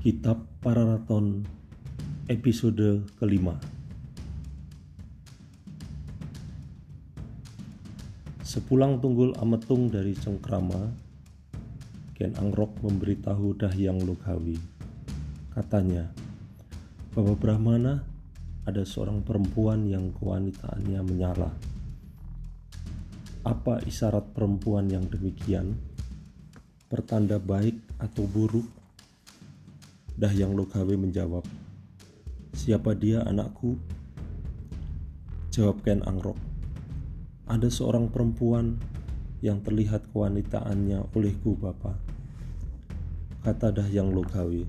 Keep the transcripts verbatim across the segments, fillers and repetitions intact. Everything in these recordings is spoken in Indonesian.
Kitab Pararaton episode kelima. Sepulang Tunggul Ametung dari cengkrama, Ken Angrok memberitahu Dahyang Logawi. Katanya, Bapak Brahmana, ada seorang perempuan yang kewanitaannya menyala. Apa isyarat perempuan yang demikian? Pertanda baik atau buruk? Dahyang Logawi menjawab, siapa dia anakku? Jawab Ken Angrok, ada seorang perempuan yang terlihat kewanitaannya olehku Bapa. Kata Dahyang Logawi,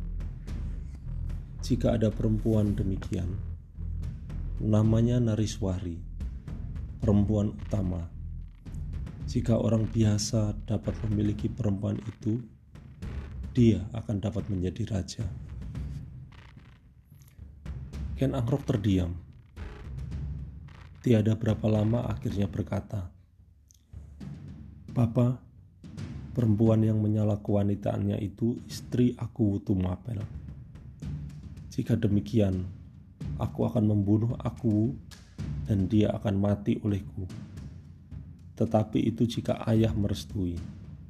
jika ada perempuan demikian, namanya Nariswari, perempuan utama. Jika orang biasa dapat memiliki perempuan itu, dia akan dapat menjadi raja. Ken Angrok terdiam. Tiada berapa lama akhirnya berkata, Bapa, perempuan yang menyala kewanitaannya itu istri aku Tumapel. Jika demikian, aku akan membunuh aku dan dia akan mati olehku. Tetapi itu jika ayah merestui.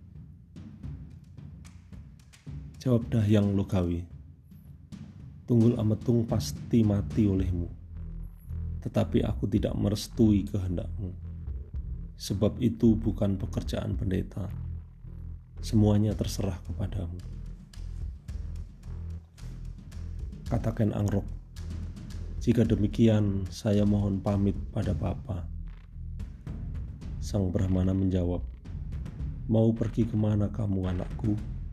Jawab Dahyang Logawi, Tunggul Ametung pasti mati olehmu, tetapi aku tidak merestui kehendakmu. Sebab itu bukan pekerjaan pendeta, semuanya terserah kepadamu. Kata Ken Angrok, jika demikian saya mohon pamit pada Bapa. Sang Brahmana menjawab, mau pergi kemana kamu anakku?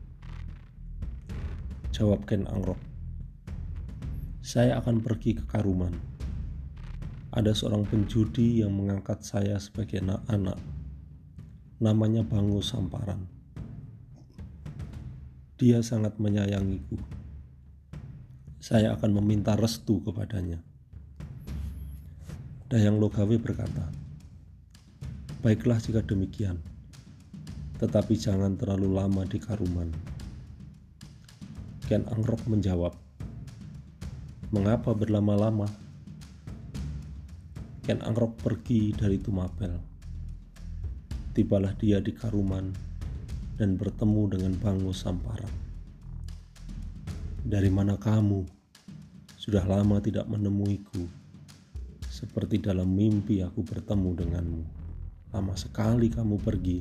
Jawab Ken Angrok, saya akan pergi ke Karuman. Ada seorang penjudi yang mengangkat saya sebagai anak, namanya Bangu Samparan. Dia sangat menyayangiku. Saya akan meminta restu kepadanya. Dahyang Logawi berkata, baiklah jika demikian, tetapi jangan terlalu lama di Karuman. Ken Angrok menjawab, mengapa berlama-lama? Ken Angrok pergi dari Tumapel. Tibalah dia di Karuman dan bertemu dengan Bangu Samparan. Dari mana kamu? Sudah lama tidak menemuiku. Seperti dalam mimpi aku bertemu denganmu. Lama sekali kamu pergi.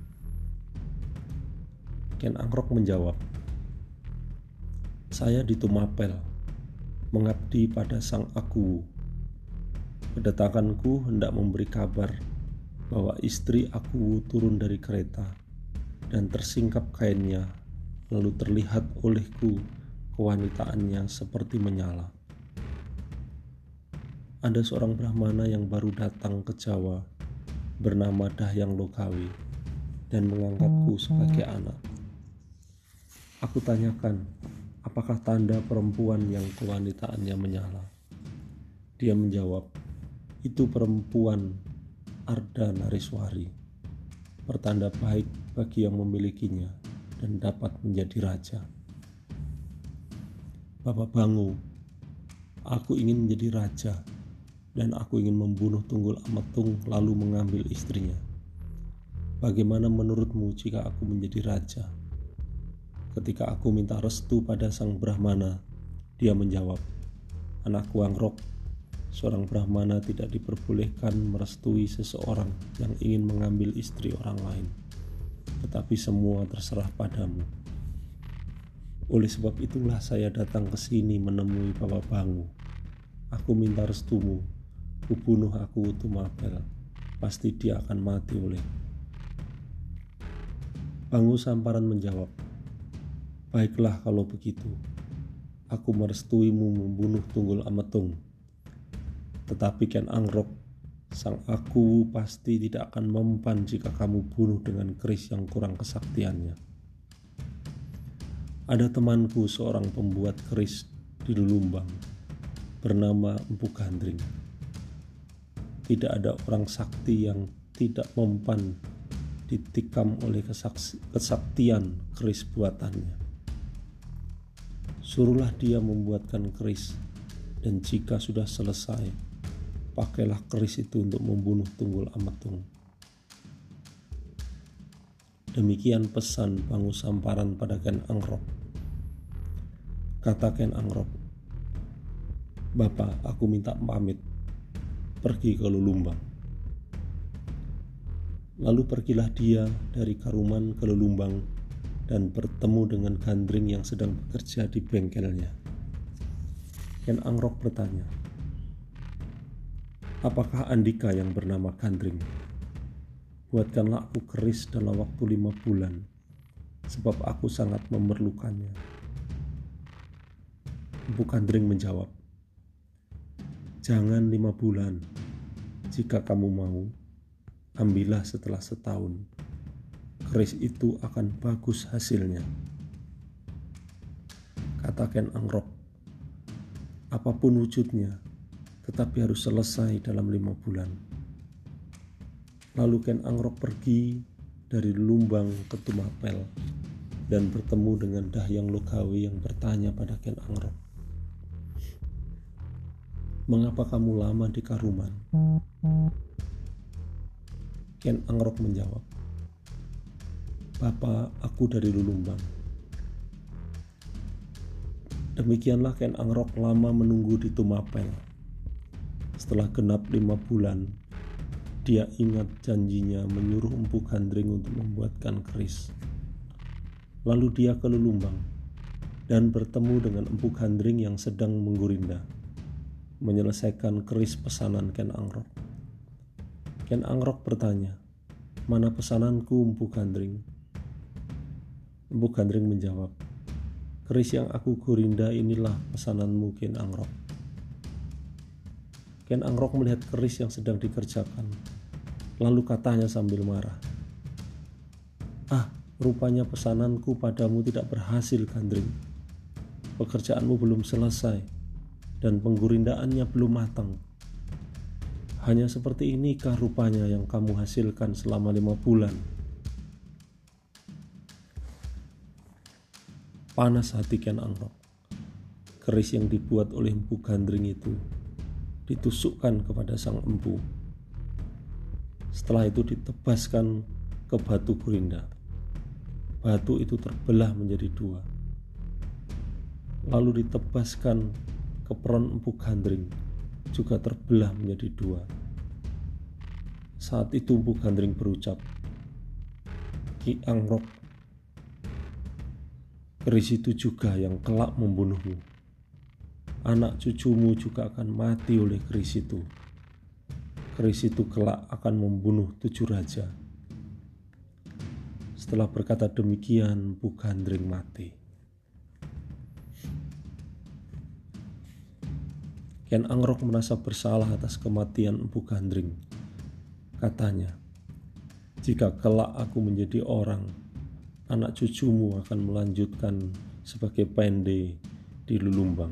Ken Angrok menjawab, saya di Tumapel, mengabdi pada Sang Aku. Kedatanganku hendak memberi kabar bahwa istri aku turun dari kereta dan tersingkap kainnya, lalu terlihat olehku kewanitaannya seperti menyala. Ada seorang Brahmana yang baru datang ke Jawa bernama Dahyang Logawi dan mengangkatku sebagai anak. Aku tanyakan, apakah tanda perempuan yang kewanitaannya menyala? Dia menjawab, itu perempuan Arda Nariswari, pertanda baik bagi yang memilikinya dan dapat menjadi raja. Bapak Bangu, aku ingin menjadi raja dan aku ingin membunuh Tunggul Ametung lalu mengambil istrinya. Bagaimana menurutmu jika aku menjadi raja? Ketika aku minta restu pada sang Brahmana, dia menjawab, anakku Angrok, seorang Brahmana tidak diperbolehkan merestui seseorang yang ingin mengambil istri orang lain, tetapi semua terserah padamu. Oleh sebab itulah saya datang ke sini menemui Bapak Bangu. Aku minta restumu, ku bunuh aku Tumapel, pasti dia akan mati oleh. Bangu Samparan menjawab, baiklah kalau begitu, aku merestuimu membunuh Tunggul Ametung. Tetapi Ken Angrok, Sang Aku pasti tidak akan mempan jika kamu bunuh dengan keris yang kurang kesaktiannya. Ada temanku seorang pembuat keris di Lulumbang, bernama Empu Gandring. Tidak ada orang sakti yang tidak mempan ditikam oleh kesaktian keris buatannya. Suruhlah dia membuatkan keris, dan jika sudah selesai, pakailah keris itu untuk membunuh Tunggul Ametung. Demikian pesan Pangu Samparan pada Ken Angrok. Kata Ken Angrok, "Bapak, aku minta pamit, pergi ke Lulumbang." Lalu pergilah dia dari Karuman ke Lulumbang dan bertemu dengan Gandring yang sedang bekerja di bengkelnya. Ken Angrok bertanya, "Apakah Andika yang bernama Gandring? Buatkanlah aku keris dalam waktu lima bulan, sebab aku sangat memerlukannya." Empu Gandring menjawab, "Jangan lima bulan. Jika kamu mau, ambillah setelah setahun. Keris itu akan bagus hasilnya." Kata Ken Angrok, "Apapun wujudnya, tetapi harus selesai dalam lima bulan." Lalu Ken Angrok pergi dari Lumbang ke Tumapel dan bertemu dengan Dahyang Logawi yang bertanya pada Ken Angrok, "Mengapa kamu lama di Karuman?" Ken Angrok menjawab, "Bapak, aku dari Lulumbang." Demikianlah Ken Angrok lama menunggu di Tumapel. Setelah genap lima bulan, dia ingat janjinya menyuruh Empu Gandring untuk membuatkan keris. Lalu dia ke Lulumbang dan bertemu dengan Empu Gandring yang sedang menggurinda, menyelesaikan keris pesanan Ken Angrok. Ken Angrok bertanya, "Mana pesananku, Empu Gandring?" Empu Gandring menjawab, "Keris yang aku gurinda inilah pesananmu, Ken Angrok." Ken Angrok melihat keris yang sedang dikerjakan, lalu katanya sambil marah, "Ah, rupanya pesananku padamu tidak berhasil, Gandring. Pekerjaanmu belum selesai dan penggurindaannya belum matang. Hanya seperti inikah rupanya yang kamu hasilkan selama lima bulan?" Panas hati Ken Angrok. Keris yang dibuat oleh Empu Gandring itu ditusukkan kepada sang empu. Setelah itu ditebaskan ke batu gurinda. Batu itu terbelah menjadi dua. Lalu ditebaskan ke peron Empu Gandring, juga terbelah menjadi dua. Saat itu Empu Gandring berucap, "Ki Angrok, keris itu juga yang kelak membunuhmu. Anak cucumu juga akan mati oleh keris itu. Keris itu kelak akan membunuh tujuh raja." Setelah berkata demikian, Empu Gandring mati. Ken Angrok merasa bersalah atas kematian Empu Gandring. Katanya, "Jika kelak aku menjadi orang, anak cucumu akan melanjutkan sebagai pende di Lulumbang."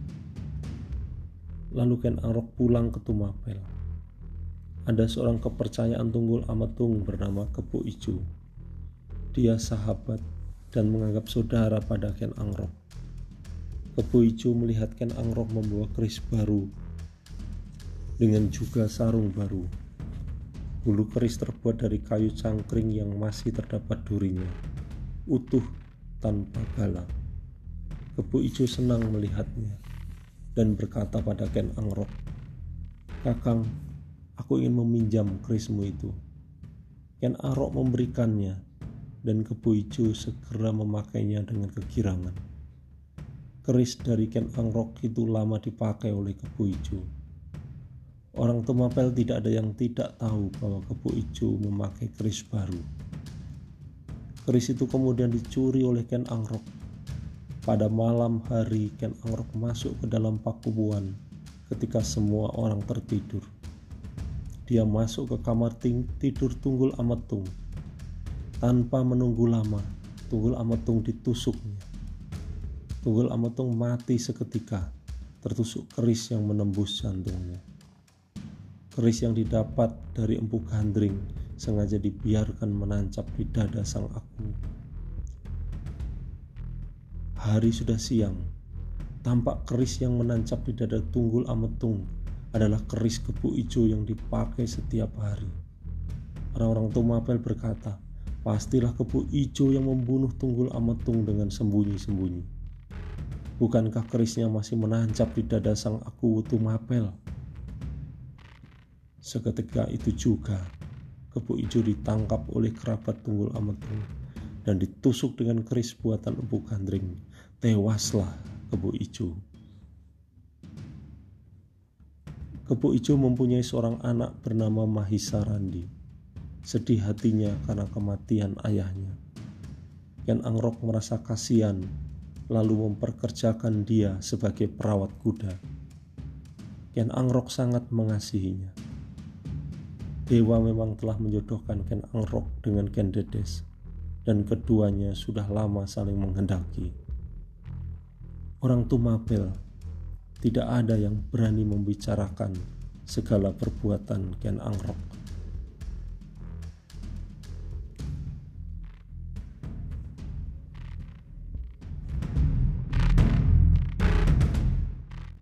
Lalu Ken Angrok pulang ke Tumapel. Ada seorang kepercayaan Tunggul Ametung bernama Kebo Ijo. Dia sahabat dan menganggap saudara pada Ken Angrok. Kebo Ijo melihat Ken Angrok membawa keris baru dengan juga sarung baru. Bulu keris terbuat dari kayu cangkring yang masih terdapat durinya, utuh tanpa gala. Kebo Ijo senang melihatnya dan berkata pada Ken Angrok, "Kakang, aku ingin meminjam kerismu itu." Ken Angrok memberikannya, dan Kebo Ijo segera memakainya dengan kegirangan. Keris dari Ken Angrok itu lama dipakai oleh Kebo Ijo. Orang Tumapel tidak ada yang tidak tahu bahwa Kebo Ijo memakai keris baru. Keris itu kemudian dicuri oleh Ken Angrok. Pada malam hari, Ken Angrok masuk ke dalam pakubuan ketika semua orang tertidur. Dia masuk ke kamar tidur Tunggul Ametung. Tanpa menunggu lama, Tunggul Ametung ditusuknya. Tunggul Ametung mati seketika, tertusuk keris yang menembus jantungnya. Keris yang didapat dari Empu Gandring sengaja dibiarkan menancap di dada sang aku. Hari sudah siang Tampak keris yang menancap di dada Tunggul Ametung adalah keris kepu ijo yang dipakai setiap hari. Orang-orang Tumapel berkata, pastilah kepu ijo yang membunuh Tunggul Ametung dengan sembunyi-sembunyi. Bukankah kerisnya masih menancap di dada sang Aku Tumapel? Seketika itu juga, kepu ijo ditangkap oleh kerabat Tunggul Ametung dan ditusuk dengan keris buatan Empu Gandring. Tewaslah kepu ijo. Kepu ijo mempunyai seorang anak bernama Mahisa Randi. Sedih hatinya karena kematian ayahnya. Ken Angrok merasa kasihan lalu memperkerjakan dia sebagai perawat kuda. Ken Angrok sangat mengasihinya. Dewa memang telah menjodohkan Ken Angrok dengan Ken Dedes, dan keduanya sudah lama saling menghendaki. Orang Tumapel tidak ada yang berani membicarakan segala perbuatan Ken Angrok